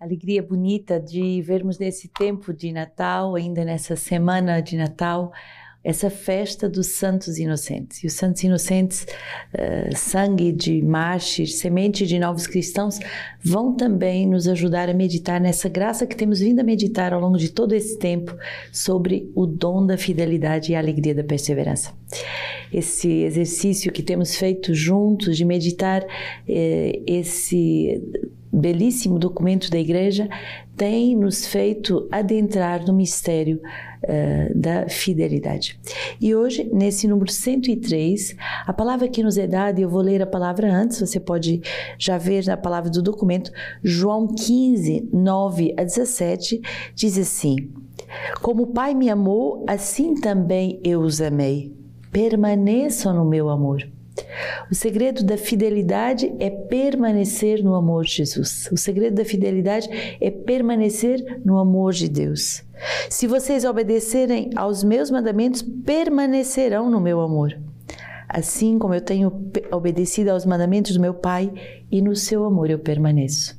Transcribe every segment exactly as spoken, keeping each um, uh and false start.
Alegria bonita de vermos nesse tempo de Natal, ainda nessa semana de Natal, essa festa dos Santos Inocentes. E os Santos Inocentes, uh, sangue de mártires, semente de novos cristãos, vão também nos ajudar a meditar nessa graça que temos vindo a meditar ao longo de todo esse tempo sobre o dom da fidelidade e a alegria da perseverança. Esse exercício que temos feito juntos de meditar eh, esse belíssimo documento da Igreja tem nos feito adentrar no mistério uh, da fidelidade. E hoje, nesse número cento e três, a palavra que nos é dada, e eu vou ler a palavra antes, você pode já ver na palavra do documento, João quinze, nove a dezessete, diz assim: como o Pai me amou, assim também eu os amei. Permaneçam no meu amor. O segredo da fidelidade é permanecer no amor de Jesus. O segredo da fidelidade é permanecer no amor de Deus. Se vocês obedecerem aos meus mandamentos, permanecerão no meu amor. Assim como eu tenho obedecido aos mandamentos do meu Pai, e no seu amor eu permaneço.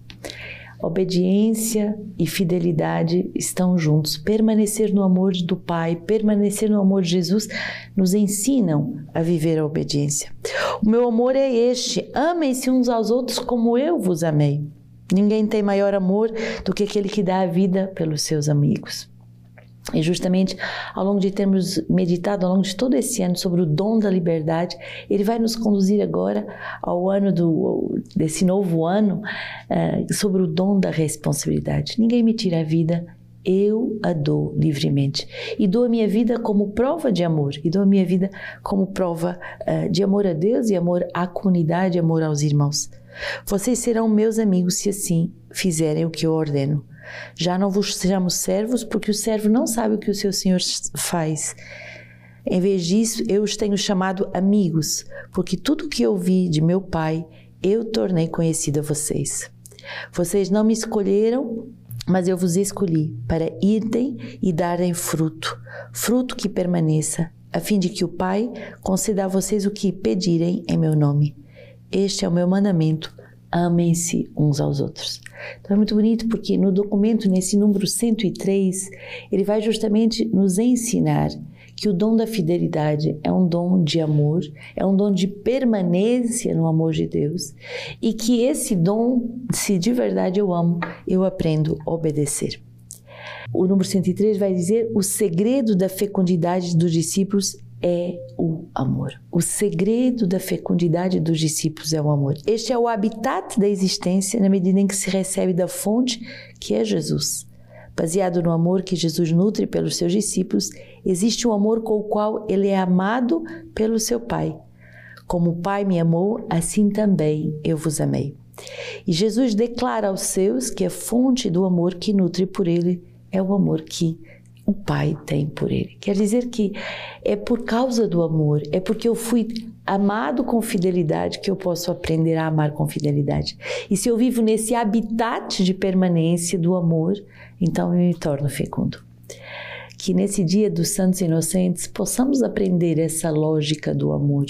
Obediência e fidelidade estão juntos. Permanecer no amor do Pai, permanecer no amor de Jesus, nos ensinam a viver a obediência. O meu amor é este: amem-se uns aos outros como eu vos amei. Ninguém tem maior amor do que aquele que dá a vida pelos seus amigos. E justamente ao longo de termos meditado ao longo de todo esse ano sobre o dom da liberdade, ele vai nos conduzir agora ao ano do, desse novo ano, uh, sobre o dom da responsabilidade. Ninguém me tira a vida, eu a dou livremente. E dou a minha vida como prova de amor, e dou a minha vida como prova uh, de amor a Deus e amor à comunidade, amor aos irmãos. Vocês serão meus amigos se assim fizerem o que eu ordeno. Já não vos chamo servos, porque o servo não sabe o que o seu senhor faz. Em vez disso, eu os tenho chamado amigos, porque tudo o que ouvi de meu Pai, eu tornei conhecido a vocês. Vocês não me escolheram, mas eu vos escolhi para irem e darem fruto, fruto que permaneça, a fim de que o Pai conceda a vocês o que pedirem em meu nome. Este é o meu mandamento: amem-se uns aos outros. Então é muito bonito porque no documento, nesse número cento e três, ele vai justamente nos ensinar que o dom da fidelidade é um dom de amor, é um dom de permanência no amor de Deus, e que esse dom, se de verdade eu amo, eu aprendo a obedecer. O número cento e três vai dizer: o segredo da fecundidade dos discípulos é o amor. O segredo da fecundidade dos discípulos é o amor. Este é o habitat da existência na medida em que se recebe da fonte, que é Jesus. Baseado no amor que Jesus nutre pelos seus discípulos, existe o amor com o qual ele é amado pelo seu Pai. Como o Pai me amou, assim também eu vos amei. E Jesus declara aos seus que a fonte do amor que nutre por ele é o amor que o Pai tem por ele. Quer dizer que é por causa do amor, é porque eu fui amado com fidelidade que eu posso aprender a amar com fidelidade. E se eu vivo nesse habitat de permanência do amor, então eu me torno fecundo. Que nesse dia dos Santos Inocentes possamos aprender essa lógica do amor.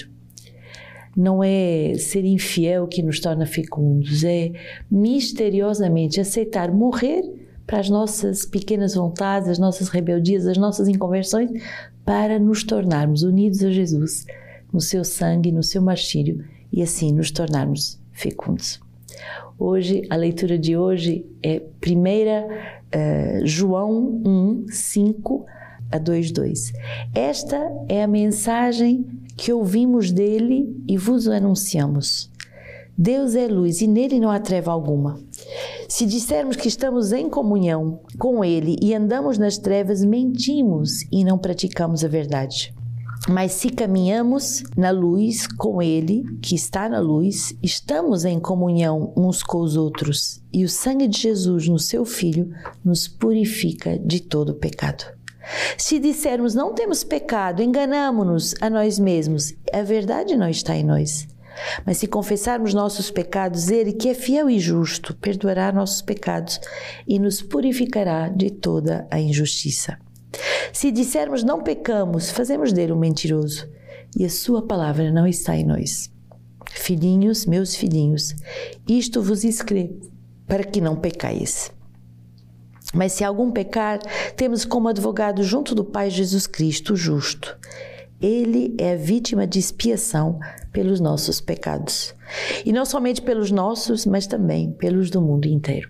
Não é ser infiel que nos torna fecundos, é misteriosamente aceitar morrer para as nossas pequenas vontades, as nossas rebeldias, as nossas inconversões, para nos tornarmos unidos a Jesus, no seu sangue, no seu martírio, e assim nos tornarmos fecundos. Hoje, a leitura de hoje é primeira uh, João um, cinco a dois, dois. Esta é a mensagem que ouvimos dele e vos anunciamos. Deus é luz e nele não há treva alguma. Se dissermos que estamos em comunhão com ele e andamos nas trevas, mentimos e não praticamos a verdade. Mas se caminhamos na luz com ele, que está na luz, estamos em comunhão uns com os outros, e o sangue de Jesus, no seu Filho, nos purifica de todo pecado. Se dissermos não temos pecado, enganamo-nos a nós mesmos, a verdade não está em nós. Mas se confessarmos nossos pecados, ele, que é fiel e justo, perdoará nossos pecados e nos purificará de toda a injustiça. Se dissermos não pecamos, fazemos dele um mentiroso, e a sua palavra não está em nós. Filhinhos, meus filhinhos, isto vos escrevo, para que não pecais. Mas se algum pecar, temos como advogado junto do Pai Jesus Cristo, o justo. Ele é a vítima de expiação pelos nossos pecados. E não somente pelos nossos, mas também pelos do mundo inteiro.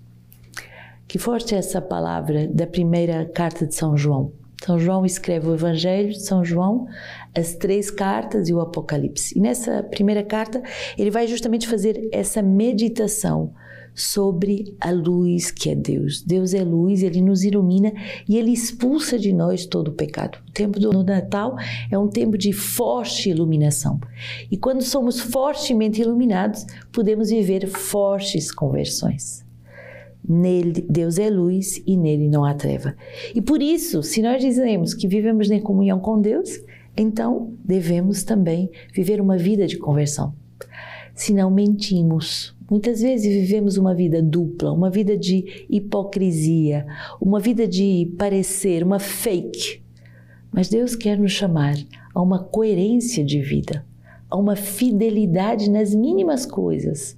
Que forte é essa palavra da primeira carta de São João. São João escreve o Evangelho de São João, as três cartas e o Apocalipse. E nessa primeira carta, ele vai justamente fazer essa meditação sobre a luz que é Deus. Deus é luz, Ele nos ilumina e Ele expulsa de nós todo o pecado. O tempo do Natal é um tempo de forte iluminação. E quando somos fortemente iluminados, podemos viver fortes conversões. Nele, Deus é luz e nele não há treva. E por isso, se nós dizemos que vivemos em comunhão com Deus, então devemos também viver uma vida de conversão. Se não mentimos, muitas vezes vivemos uma vida dupla, uma vida de hipocrisia, uma vida de parecer, uma fake. Mas Deus quer nos chamar a uma coerência de vida, a uma fidelidade nas mínimas coisas,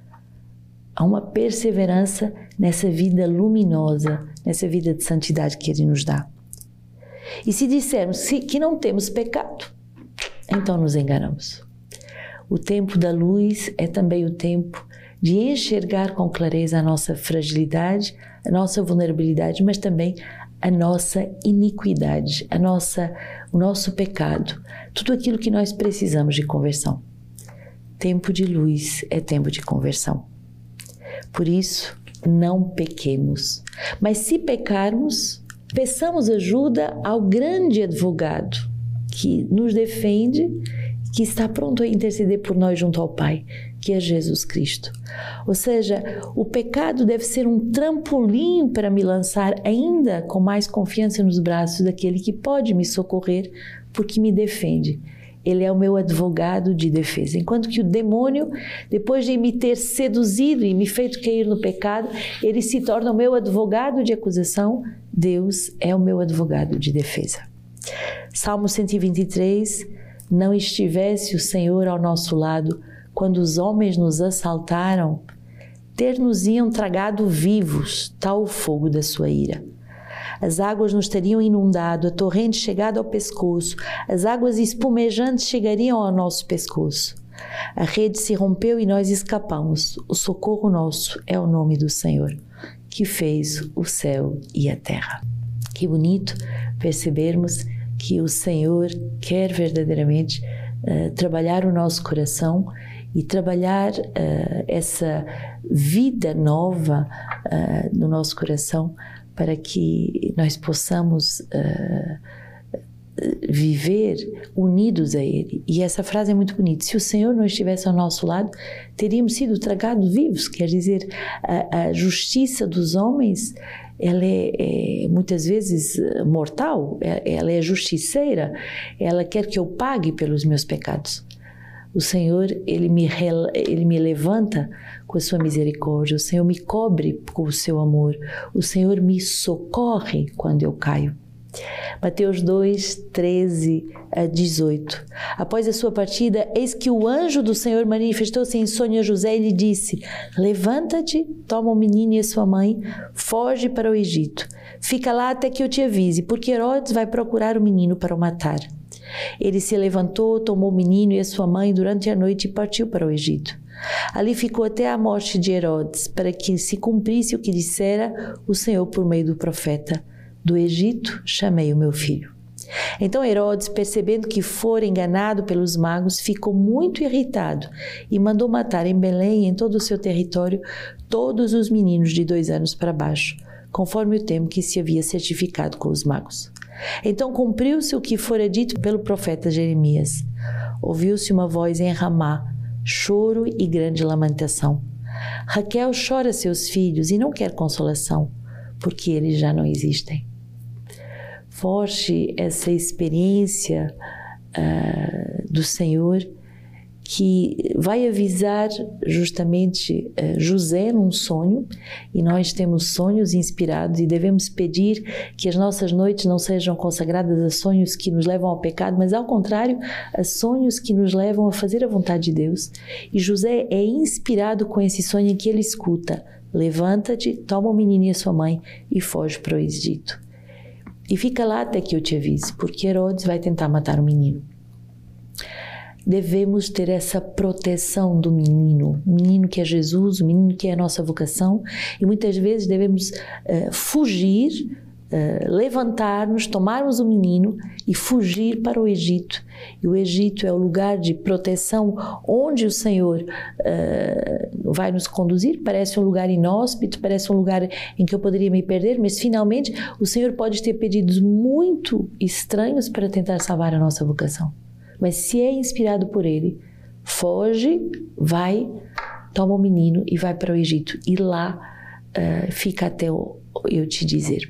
a uma perseverança nessa vida luminosa, nessa vida de santidade que Ele nos dá. E se dissermos que não temos pecado, então nos enganamos. O tempo da luz é também o tempo de enxergar com clareza a nossa fragilidade, a nossa vulnerabilidade, mas também a nossa iniquidade, a nossa, o nosso pecado, tudo aquilo que nós precisamos de conversão. Tempo de luz é tempo de conversão. Por isso, não pequemos. Mas se pecarmos, peçamos ajuda ao grande advogado que nos defende, que está pronto a interceder por nós junto ao Pai, que é Jesus Cristo. Ou seja, o pecado deve ser um trampolim para me lançar ainda com mais confiança nos braços daquele que pode me socorrer, porque me defende. Ele é o meu advogado de defesa. Enquanto que o demônio, depois de me ter seduzido e me feito cair no pecado, ele se torna o meu advogado de acusação. Deus é o meu advogado de defesa. Salmo cento e vinte e três, não estivesse o Senhor ao nosso lado quando os homens nos assaltaram, ter-nos-iam tragado vivos, tal o fogo da sua ira. As águas nos teriam inundado, a torrente chegado ao pescoço, as águas espumejantes chegariam ao nosso pescoço. A rede se rompeu e nós escapamos. O socorro nosso é o nome do Senhor, que fez o céu e a terra. Que bonito percebermos que o Senhor quer verdadeiramente uh, trabalhar o nosso coração e trabalhar uh, essa vida nova uh, no nosso coração, para que nós possamos uh, viver unidos a Ele. E essa frase é muito bonita. Se o Senhor não estivesse ao nosso lado, teríamos sido tragados vivos. Quer dizer, a, a justiça dos homens, ela é, é muitas vezes mortal, ela é justiceira, ela quer que eu pague pelos meus pecados. O Senhor, Ele me, Ele me levanta com a sua misericórdia, o Senhor me cobre com o seu amor, o Senhor me socorre quando eu caio. Mateus dois, treze a dezoito. Após a sua partida, eis que o anjo do Senhor manifestou-se em sonho a José e lhe disse: levanta-te, toma o menino e a sua mãe, foge para o Egito. Fica lá até que eu te avise, porque Herodes vai procurar o menino para o matar. Ele se levantou, tomou o menino e a sua mãe durante a noite e partiu para o Egito. Ali ficou até a morte de Herodes, para que se cumprisse o que dissera o Senhor por meio do profeta: do Egito chamei o meu filho. Então Herodes, percebendo que fora enganado pelos magos, ficou muito irritado e mandou matar em Belém e em todo o seu território todos os meninos de dois anos para baixo, conforme o tempo que se havia certificado com os magos. Então cumpriu-se o que fora dito pelo profeta Jeremias. Ouviu-se uma voz em Ramá, choro e grande lamentação. Raquel chora seus filhos e não quer consolação, porque eles já não existem. Forte essa experiência uh, do Senhor, que vai avisar justamente uh, José num sonho, e nós temos sonhos inspirados e devemos pedir que as nossas noites não sejam consagradas a sonhos que nos levam ao pecado, mas ao contrário, a sonhos que nos levam a fazer a vontade de Deus. E José é inspirado com esse sonho em que ele escuta: levanta-te, toma o menino e a sua mãe e foge para o Egito. E fica lá até que eu te avise, porque Herodes vai tentar matar o menino. Devemos ter essa proteção do menino, o menino que é Jesus, o menino que é a nossa vocação, e muitas vezes devemos uh, fugir, uh, levantar-nos, tomarmos o menino e fugir para o Egito. E o Egito é o lugar de proteção onde o Senhor uh, vai nos conduzir. Parece um lugar inóspito, parece um lugar em que eu poderia me perder, mas finalmente o Senhor pode ter pedidos muito estranhos para tentar salvar a nossa vocação. Mas se é inspirado por Ele, foge, vai, toma o menino e vai para o Egito. E lá uh, fica até eu te dizer.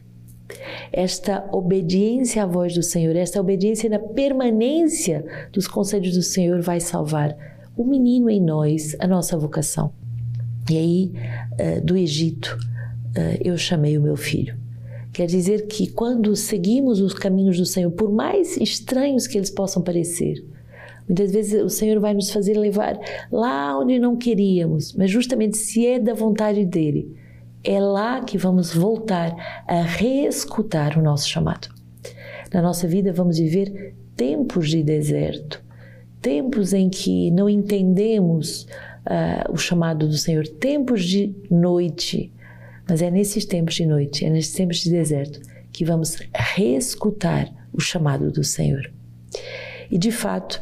Esta obediência à voz do Senhor, esta obediência na permanência dos conselhos do Senhor vai salvar o menino em nós, a nossa vocação. E aí, uh, do Egito, uh, eu chamei o meu filho. Quer dizer que quando seguimos os caminhos do Senhor, por mais estranhos que eles possam parecer, muitas vezes o Senhor vai nos fazer levar lá onde não queríamos, mas justamente se é da vontade dEle, é lá que vamos voltar a reescutar o nosso chamado. Na nossa vida vamos viver tempos de deserto, tempos em que não entendemos uh, o chamado do Senhor, tempos de noite. Mas é nesses tempos de noite, é nesses tempos de deserto que vamos reescutar o chamado do Senhor. E de fato,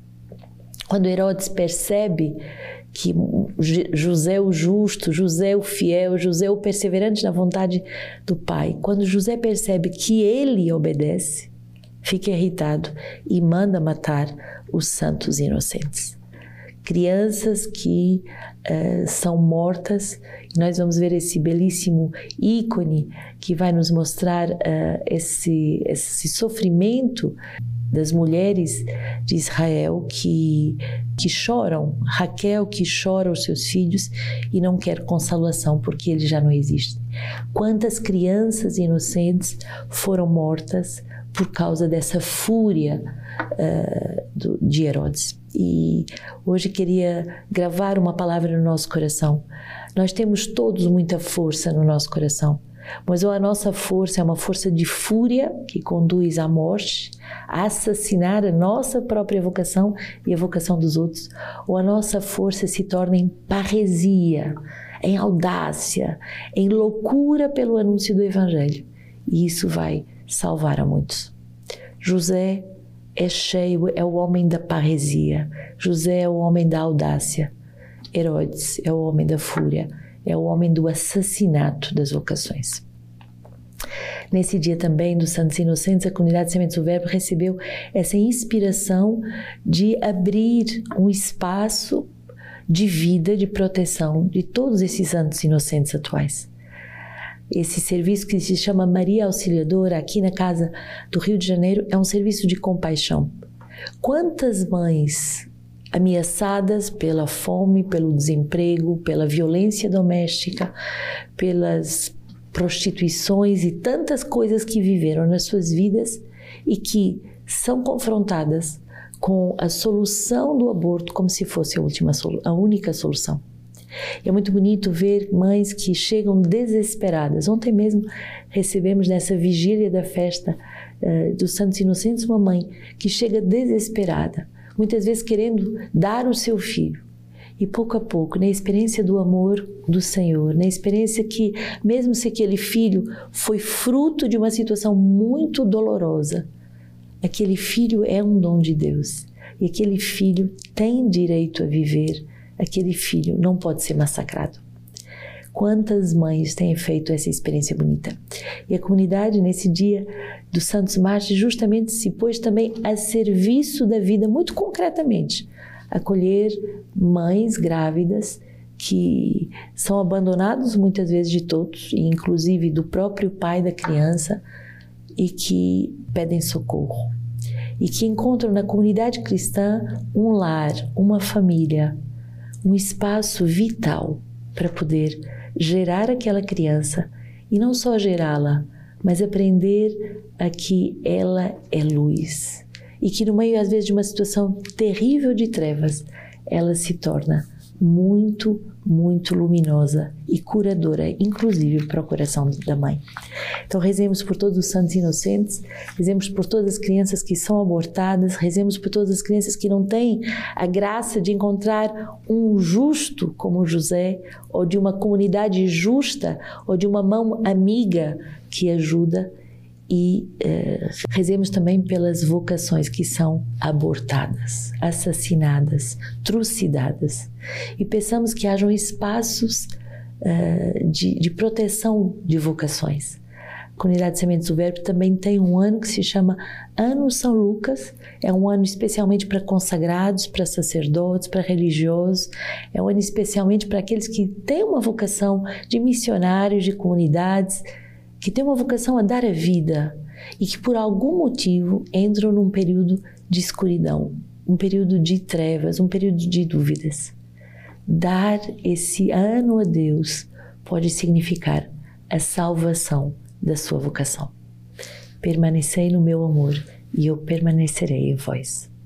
quando Herodes percebe que José o justo, José o fiel, José o perseverante na vontade do Pai, quando José percebe que ele obedece, fica irritado e manda matar os santos inocentes. Crianças que uh, são mortas, e nós vamos ver esse belíssimo ícone que vai nos mostrar uh, esse, esse sofrimento das mulheres de Israel que, que choram, Raquel que chora os seus filhos e não quer consolação porque eles já não existem. Quantas crianças inocentes foram mortas por causa dessa fúria uh, do, de Herodes. E hoje queria gravar uma palavra no nosso coração. Nós temos todos muita força no nosso coração, mas ou a nossa força é uma força de fúria que conduz à morte, a assassinar a nossa própria vocação e a vocação dos outros, ou a nossa força se torna em parresia, em audácia, em loucura pelo anúncio do Evangelho. E isso vai salvar a muitos. José é cheio, é o homem da parresia. José é o homem da audácia. Herodes é o homem da fúria, é o homem do assassinato das vocações. Nesse dia também dos Santos Inocentes, a comunidade Sementes do Verbo recebeu essa inspiração de abrir um espaço de vida, de proteção de todos esses santos inocentes atuais. Esse serviço que se chama Maria Auxiliadora, aqui na Casa do Rio de Janeiro, é um serviço de compaixão. Quantas mães ameaçadas pela fome, pelo desemprego, pela violência doméstica, pelas prostituições e tantas coisas que viveram nas suas vidas e que são confrontadas com a solução do aborto como se fosse a, última, a única solução. E é muito bonito ver mães que chegam desesperadas. Ontem mesmo recebemos nessa vigília da festa uh, dos Santos Inocentes uma mãe que chega desesperada, muitas vezes querendo dar o seu filho. E pouco a pouco, na experiência do amor do Senhor, na experiência que, mesmo se aquele filho foi fruto de uma situação muito dolorosa, aquele filho é um dom de Deus. E aquele filho tem direito a viver. Aquele filho não pode ser massacrado. Quantas mães têm feito essa experiência bonita? E a comunidade, nesse dia dos Santos Mártires, justamente se pôs também a serviço da vida, muito concretamente, acolher mães grávidas que são abandonados muitas vezes de todos, e inclusive do próprio pai da criança, e que pedem socorro. E que encontram na comunidade cristã um lar, uma família, um espaço vital para poder gerar aquela criança e não só gerá-la, mas aprender a que ela é luz e que no meio às vezes de uma situação terrível de trevas, ela se torna muito, muito luminosa e curadora, inclusive para o coração da mãe. Então rezemos por todos os santos inocentes, rezemos por todas as crianças que são abortadas, rezemos por todas as crianças que não têm a graça de encontrar um justo como José, ou de uma comunidade justa, ou de uma mão amiga que ajuda. E eh, rezemos também pelas vocações que são abortadas, assassinadas, trucidadas. E peçamos que hajam espaços eh, de, de proteção de vocações. A Comunidade Sementes do Verbo também tem um ano que se chama Ano São Lucas. É um ano especialmente para consagrados, para sacerdotes, para religiosos. É um ano especialmente para aqueles que têm uma vocação de missionários, de comunidades, que tem uma vocação a dar a vida e que por algum motivo entram num período de escuridão, um período de trevas, um período de dúvidas. Dar esse ano a Deus pode significar a salvação da sua vocação. Permanecei no meu amor e eu permanecerei em vós.